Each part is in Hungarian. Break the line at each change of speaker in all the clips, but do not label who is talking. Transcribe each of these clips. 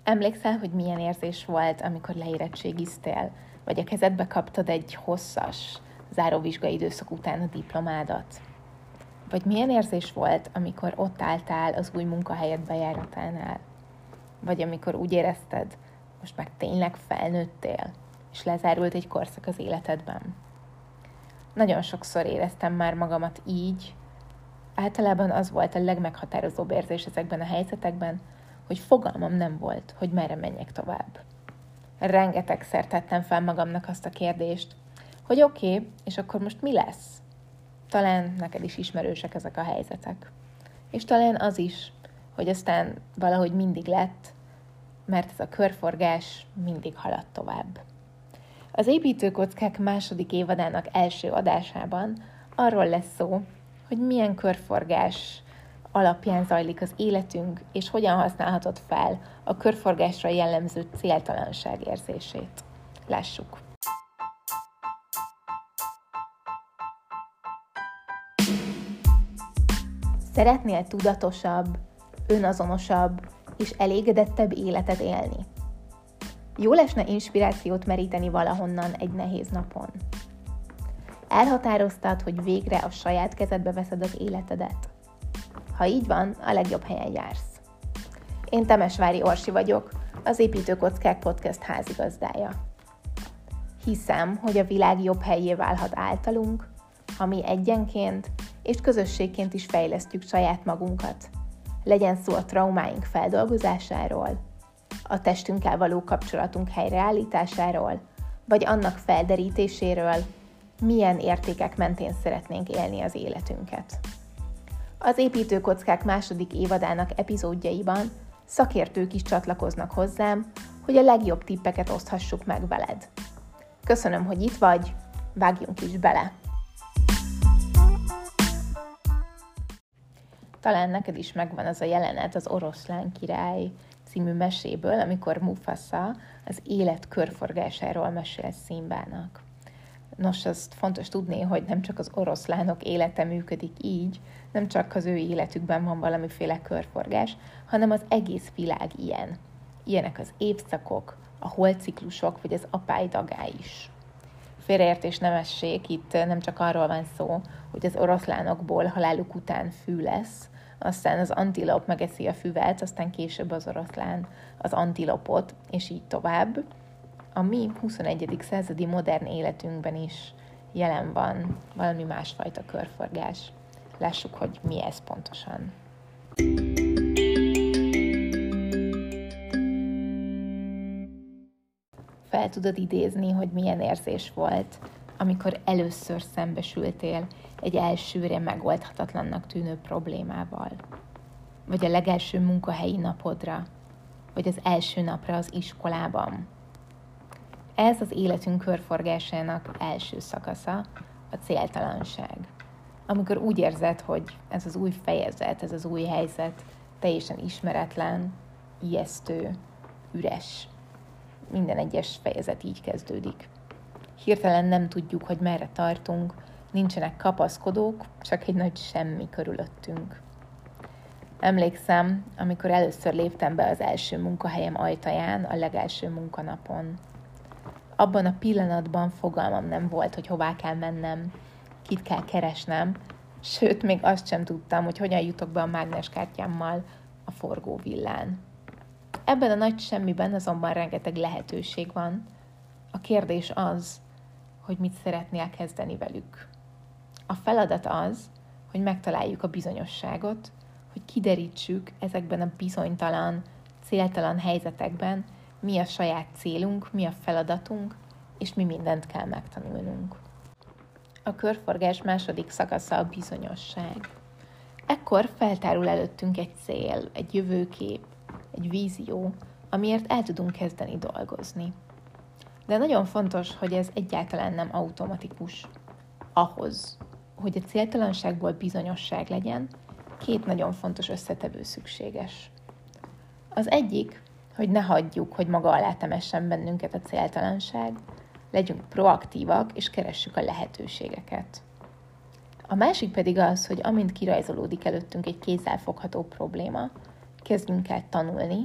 Emlékszel, hogy milyen érzés volt, amikor leérettségiztél, vagy a kezedbe kaptad egy hosszas, záróvizsgai időszak után a diplomádat? Vagy milyen érzés volt, amikor ott álltál az új munkahelyed bejáratánál? Vagy amikor úgy érezted, most már tényleg felnőttél, és lezárult egy korszak az életedben? Nagyon sokszor éreztem már magamat így. Általában az volt a legmeghatározóbb érzés ezekben a helyzetekben, hogy fogalmam nem volt, hogy merre menjek tovább. Rengetegszer tettem fel magamnak azt a kérdést, hogy oké, és akkor most mi lesz? Talán neked is ismerősek ezek a helyzetek. És talán az is, hogy aztán valahogy mindig lett, mert ez a körforgás mindig haladt tovább. Az Építőkockák második évadának első adásában arról lesz szó, hogy milyen körforgás alapján zajlik az életünk, és hogyan használhatod fel a körforgásra jellemző céltalanság érzését. Lássuk! Szeretnél tudatosabb, önazonosabb és elégedettebb életet élni? Jól esne inspirációt meríteni valahonnan egy nehéz napon. Elhatároztad, hogy végre a saját kezedbe veszed az életedet? Ha így van, a legjobb helyen jársz. Én Temesvári Orsi vagyok, az Építőkockák Podcast házigazdája. Hiszem, hogy a világ jobb helyé válhat általunk, ha mi egyenként és közösségként is fejlesztjük saját magunkat. Legyen szó a traumáink feldolgozásáról, a testünkkel való kapcsolatunk helyreállításáról, vagy annak felderítéséről, milyen értékek mentén szeretnénk élni az életünket. Az Építőkockák második évadának epizódjaiban szakértők is csatlakoznak hozzám, hogy a legjobb tippeket oszthassuk meg veled. Köszönöm, hogy itt vagy, vágjunk is bele! Talán neked is megvan az a jelenet az Oroszlán király című meséből, amikor Mufasa az élet körforgásáról mesél Szimbának. Nos, azt fontos tudni, hogy nem csak az oroszlánok élete működik így, nem csak az ő életükben van valamiféle körforgás, hanem az egész világ ilyen. Ilyenek az évszakok, a holdciklusok, vagy az apály-dagály is. Félreértés ne essék, itt nem csak arról van szó, hogy az oroszlánokból haláluk után fű lesz, aztán az antilop megeszi a füvet, aztán később az oroszlán az antilopot, és így tovább. A mi 21. századi modern életünkben is jelen van valami másfajta körforgás. Lássuk, hogy mi ez pontosan. Fel tudod idézni, hogy milyen érzés volt, amikor először szembesültél egy elsőre megoldhatatlannak tűnő problémával? Vagy a legelső munkahelyi napodra? Vagy az első napra az iskolában? Ez az életünk körforgásának első szakasza, a céltalanság. Amikor úgy érzed, hogy ez az új fejezet, ez az új helyzet teljesen ismeretlen, ijesztő, üres. Minden egyes fejezet így kezdődik. Hirtelen nem tudjuk, hogy merre tartunk, nincsenek kapaszkodók, csak egy nagy semmi körülöttünk. Emlékszem, amikor először léptem be az első munkahelyem ajtaján, a legelső munkanapon. Abban a pillanatban fogalmam nem volt, hogy hová kell mennem, kit kell keresnem, sőt, még azt sem tudtam, hogy hogyan jutok be a mágneskártyámmal a forgóvillán. Ebben a nagy semmiben azonban rengeteg lehetőség van. A kérdés az, hogy mit szeretnél kezdeni velük. A feladat az, hogy megtaláljuk a bizonyosságot, hogy kiderítsük ezekben a bizonytalan, céltalan helyzetekben, mi a saját célunk, mi a feladatunk, és mi mindent kell megtanulnunk. A körforgás második szakasza a bizonyosság. Ekkor feltárul előttünk egy cél, egy jövőkép, egy vízió, amiért el tudunk kezdeni dolgozni. De nagyon fontos, hogy ez egyáltalán nem automatikus. Ahhoz, hogy a céltalanságból bizonyosság legyen, két nagyon fontos összetevő szükséges. Az egyik, hogy ne hagyjuk, hogy maga alá temessen bennünket a céltalanság, legyünk proaktívak és keressük a lehetőségeket. A másik pedig az, hogy amint kirajzolódik előttünk egy kézzelfogható probléma, kezdjünk el tanulni,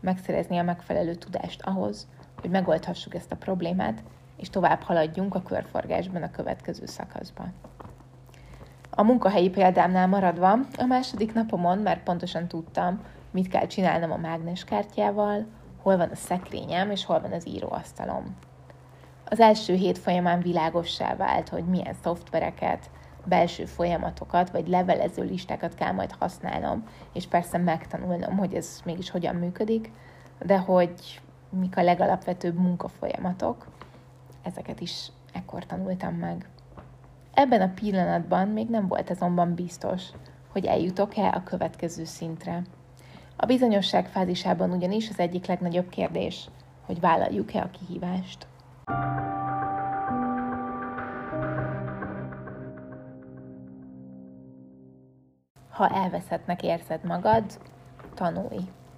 megszerezni a megfelelő tudást ahhoz, hogy megoldhassuk ezt a problémát, és tovább haladjunk a körforgásban a következő szakaszba. A munkahelyi példámnál maradva, a második napomon már pontosan tudtam, mit kell csinálnom a mágneskártyával, hol van a szekrényem, és hol van az íróasztalom. Az első hét folyamán világossá vált, hogy milyen szoftvereket, belső folyamatokat, vagy levelező listákat kell majd használnom, és persze megtanulnom, hogy ez mégis hogyan működik, de hogy mik a legalapvetőbb munkafolyamatok, ezeket is ekkor tanultam meg. Ebben a pillanatban még nem volt azonban biztos, hogy eljutok-e a következő szintre. A bizonyosság fázisában ugyanis az egyik legnagyobb kérdés, hogy vállaljuk-e a kihívást. Ha elveszettnek érzed magad, tanulj.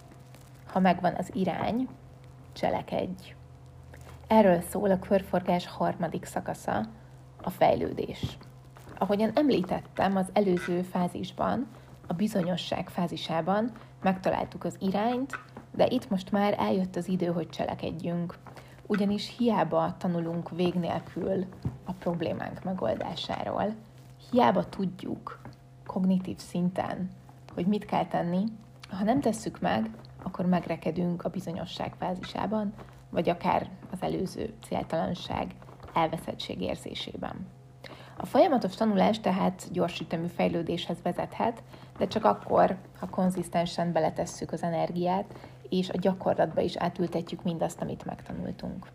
Ha megvan az irány, cselekedj. Erről szól a körforgás harmadik szakasza, a fejlődés. Ahogyan említettem, az előző fázisban, a bizonyosság fázisában megtaláltuk az irányt, de itt most már eljött az idő, hogy cselekedjünk. Ugyanis hiába tanulunk vég nélkül a problémánk megoldásáról, hiába tudjuk kognitív szinten, hogy mit kell tenni, ha nem tesszük meg, akkor megrekedünk a bizonyosság fázisában, vagy akár az előző céltalanság, elveszettség érzésében. A folyamatos tanulás tehát gyors ütemű fejlődéshez vezethet, de csak akkor, ha konzisztensen beletesszük az energiát, és a gyakorlatba is átültetjük mindazt, amit megtanultunk.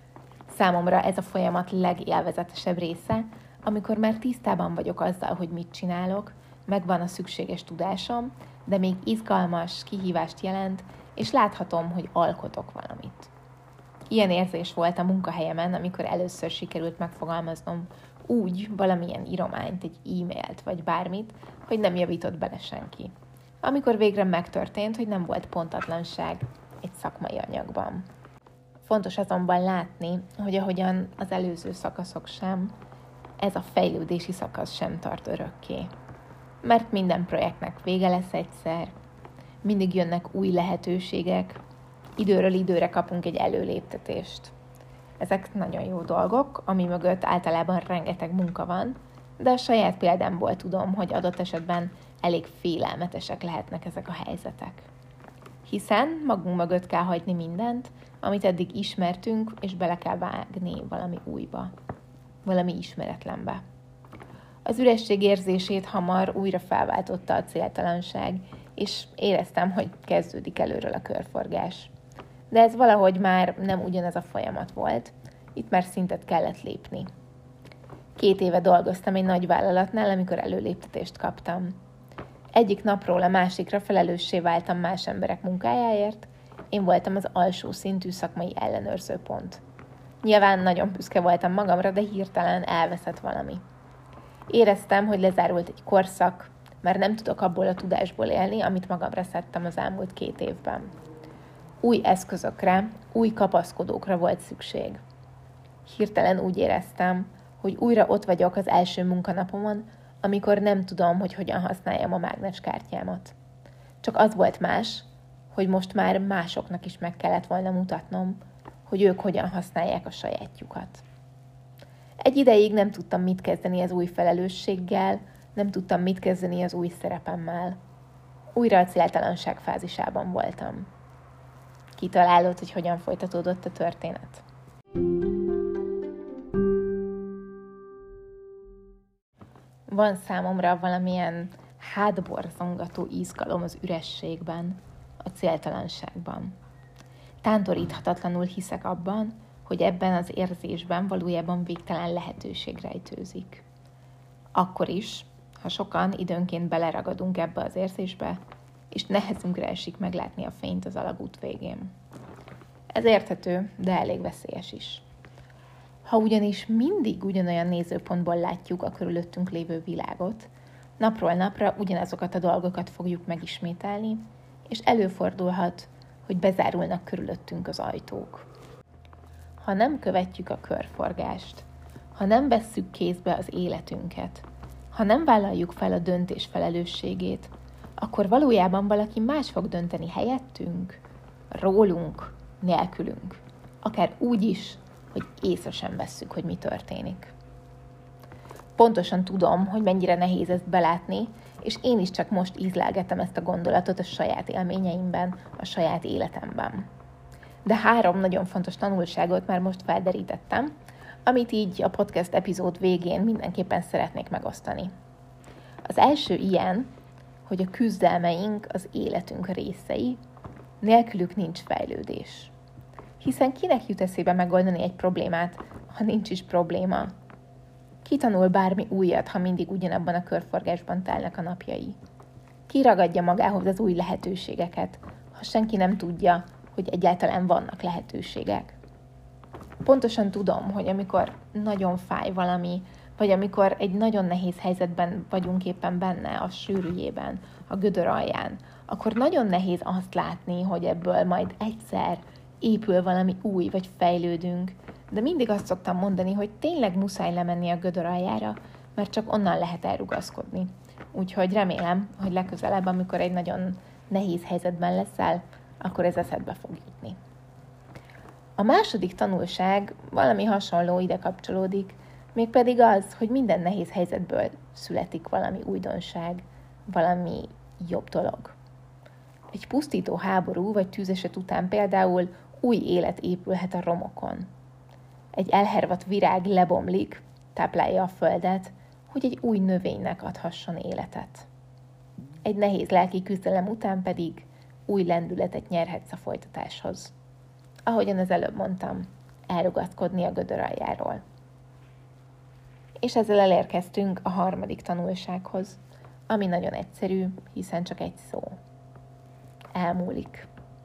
Számomra ez a folyamat legélvezetesebb része, amikor már tisztában vagyok azzal, hogy mit csinálok, megvan a szükséges tudásom, de még izgalmas kihívást jelent, és láthatom, hogy alkotok valamit. Ilyen érzés volt a munkahelyemen, amikor először sikerült megfogalmaznom úgy valamilyen írományt, egy e-mailt vagy bármit, hogy nem javított bele senki. Amikor végre megtörtént, hogy nem volt pontatlanság egy szakmai anyagban. Fontos azonban látni, hogy ahogyan az előző szakaszok sem, ez a fejlődési szakasz sem tart örökké. Mert minden projektnek vége lesz egyszer, mindig jönnek új lehetőségek, időről időre kapunk egy előléptetést. Ezek nagyon jó dolgok, ami mögött általában rengeteg munka van, de a saját példámból tudom, hogy adott esetben elég félelmetesek lehetnek ezek a helyzetek. Hiszen magunk mögött kell hagyni mindent, amit eddig ismertünk, és bele kell vágni valami újba, valami ismeretlenbe. Az üresség érzését hamar újra felváltotta a céltalanság, és éreztem, hogy kezdődik előről a körforgás. De ez valahogy már nem ugyanez a folyamat volt, itt már szintet kellett lépni. 2 éve dolgoztam egy nagy vállalatnál, amikor előléptetést kaptam. Egyik napról a másikra felelőssé váltam más emberek munkájáért, én voltam az alsó szintű szakmai ellenőrző pont. Nyilván nagyon büszke voltam magamra, de hirtelen elveszett valami. Éreztem, hogy lezárult egy korszak, mert nem tudok abból a tudásból élni, amit magamra szedtem az elmúlt 2 évben. Új eszközökre, új kapaszkodókra volt szükség. Hirtelen úgy éreztem, hogy újra ott vagyok az első munkanapomon, amikor nem tudom, hogy hogyan használjam a mágneskártyámat. Csak az volt más, hogy most már másoknak is meg kellett volna mutatnom, hogy ők hogyan használják a sajátjukat. Egy ideig nem tudtam mit kezdeni az új felelősséggel, nem tudtam mit kezdeni az új szerepemmel. Újra a céltalanság fázisában voltam. Kitalálod, hogy hogyan folytatódott a történet? Van számomra valamilyen hátborzongató izgalom az ürességben, a céltalanságban. Tántoríthatatlanul hiszek abban, hogy ebben az érzésben valójában végtelen lehetőség rejtőzik. Akkor is, ha sokan időnként beleragadunk ebbe az érzésbe, és nehezünkre esik meglátni a fényt az alagút végén. Ez érthető, de elég veszélyes is. Ha ugyanis mindig ugyanolyan nézőpontból látjuk a körülöttünk lévő világot, napról napra ugyanazokat a dolgokat fogjuk megismételni, és előfordulhat, hogy bezárulnak körülöttünk az ajtók. Ha nem követjük a körforgást, ha nem vesszük kézbe az életünket, ha nem vállaljuk fel a döntés felelősségét, akkor valójában valaki más fog dönteni helyettünk? rólunk, nélkülünk. Akár úgy is, hogy észre sem vesszük, hogy mi történik. Pontosan tudom, hogy mennyire nehéz ezt belátni, és én is csak most ízlelgetem ezt a gondolatot a saját élményeimben, a saját életemben. De 3 nagyon fontos tanulságot már most felderítettem, amit így a podcast epizód végén mindenképpen szeretnék megosztani. Az első ilyen, hogy a küzdelmeink az életünk részei, nélkülük nincs fejlődés. Hiszen kinek jut eszébe megoldani egy problémát, ha nincs is probléma? Ki tanul bármi újat, ha mindig ugyanabban a körforgásban telnek a napjai? Ki ragadja magához az új lehetőségeket, ha senki nem tudja, hogy egyáltalán vannak lehetőségek? Pontosan tudom, hogy amikor nagyon fáj valami, vagy amikor egy nagyon nehéz helyzetben vagyunk éppen benne, a sűrűjében, a gödör alján, akkor nagyon nehéz azt látni, hogy ebből majd egyszer épül valami új, vagy fejlődünk. De mindig azt szoktam mondani, hogy tényleg muszáj lemenni a gödör aljára, mert csak onnan lehet elrugaszkodni. Úgyhogy remélem, hogy legközelebb, amikor egy nagyon nehéz helyzetben leszel, akkor ez eszedbe fog jutni. A második tanulság valami hasonló ide kapcsolódik, mégpedig az, hogy minden nehéz helyzetből születik valami újdonság, valami jobb dolog. Egy pusztító háború vagy tűzeset után például új élet épülhet a romokon. Egy elhervadt virág lebomlik, táplálja a földet, hogy egy új növénynek adhasson életet. Egy nehéz lelki küzdelem után pedig új lendületet nyerhetsz a folytatáshoz. Ahogyan az előbb mondtam, elrugaszkodni a gödör aljáról. És ezzel elérkeztünk a harmadik tanulsághoz, ami nagyon egyszerű, hiszen csak egy szó. Elmúlik.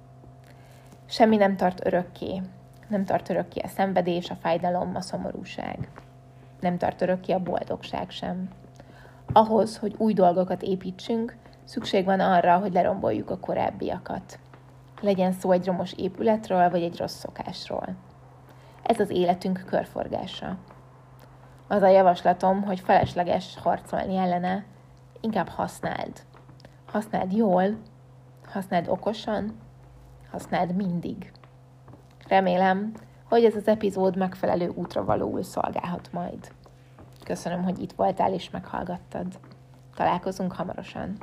Semmi nem tart örökké. Nem tart örökké a szenvedés, a fájdalom, a szomorúság. Nem tart örökké a boldogság sem. Ahhoz, hogy új dolgokat építsünk, szükség van arra, hogy leromboljuk a korábbiakat. Legyen szó egy romos épületről, vagy egy rossz szokásról. Ez az életünk körforgása. Az a javaslatom, hogy felesleges harcolni ellene, inkább használd. Használd jól, használd okosan, használd mindig. Remélem, hogy ez az epizód megfelelő útra valóul szolgálhat majd. Köszönöm, hogy itt voltál és meghallgattad. Találkozunk hamarosan.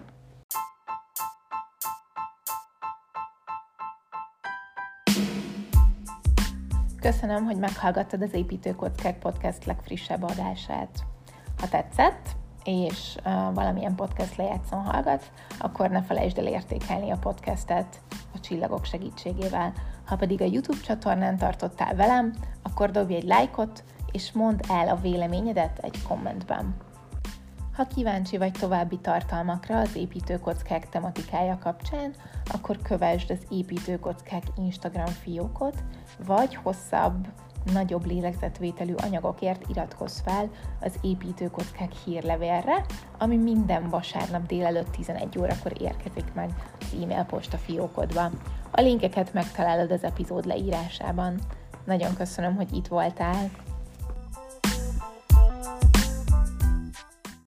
Köszönöm, hogy meghallgattad az Építőkockák Podcast legfrissebb adását. Ha tetszett, és valamilyen podcast lejátszón hallgatsz, akkor ne felejtsd el értékelni a podcastet a csillagok segítségével. Ha pedig a YouTube csatornán tartottál velem, akkor dobj egy lájkot, és mondd el a véleményedet egy kommentben. Ha kíváncsi vagy további tartalmakra az építőkockák tematikája kapcsán, akkor kövesd az Építőkockák Instagram fiókot, vagy hosszabb, nagyobb lélegzetvételű anyagokért iratkozz fel az Építőkockák hírlevélre, ami minden vasárnap délelőtt 11 órakor érkezik meg az e-mail posta fiókodba. A linkeket megtalálod az epizód leírásában. Nagyon köszönöm, hogy itt voltál.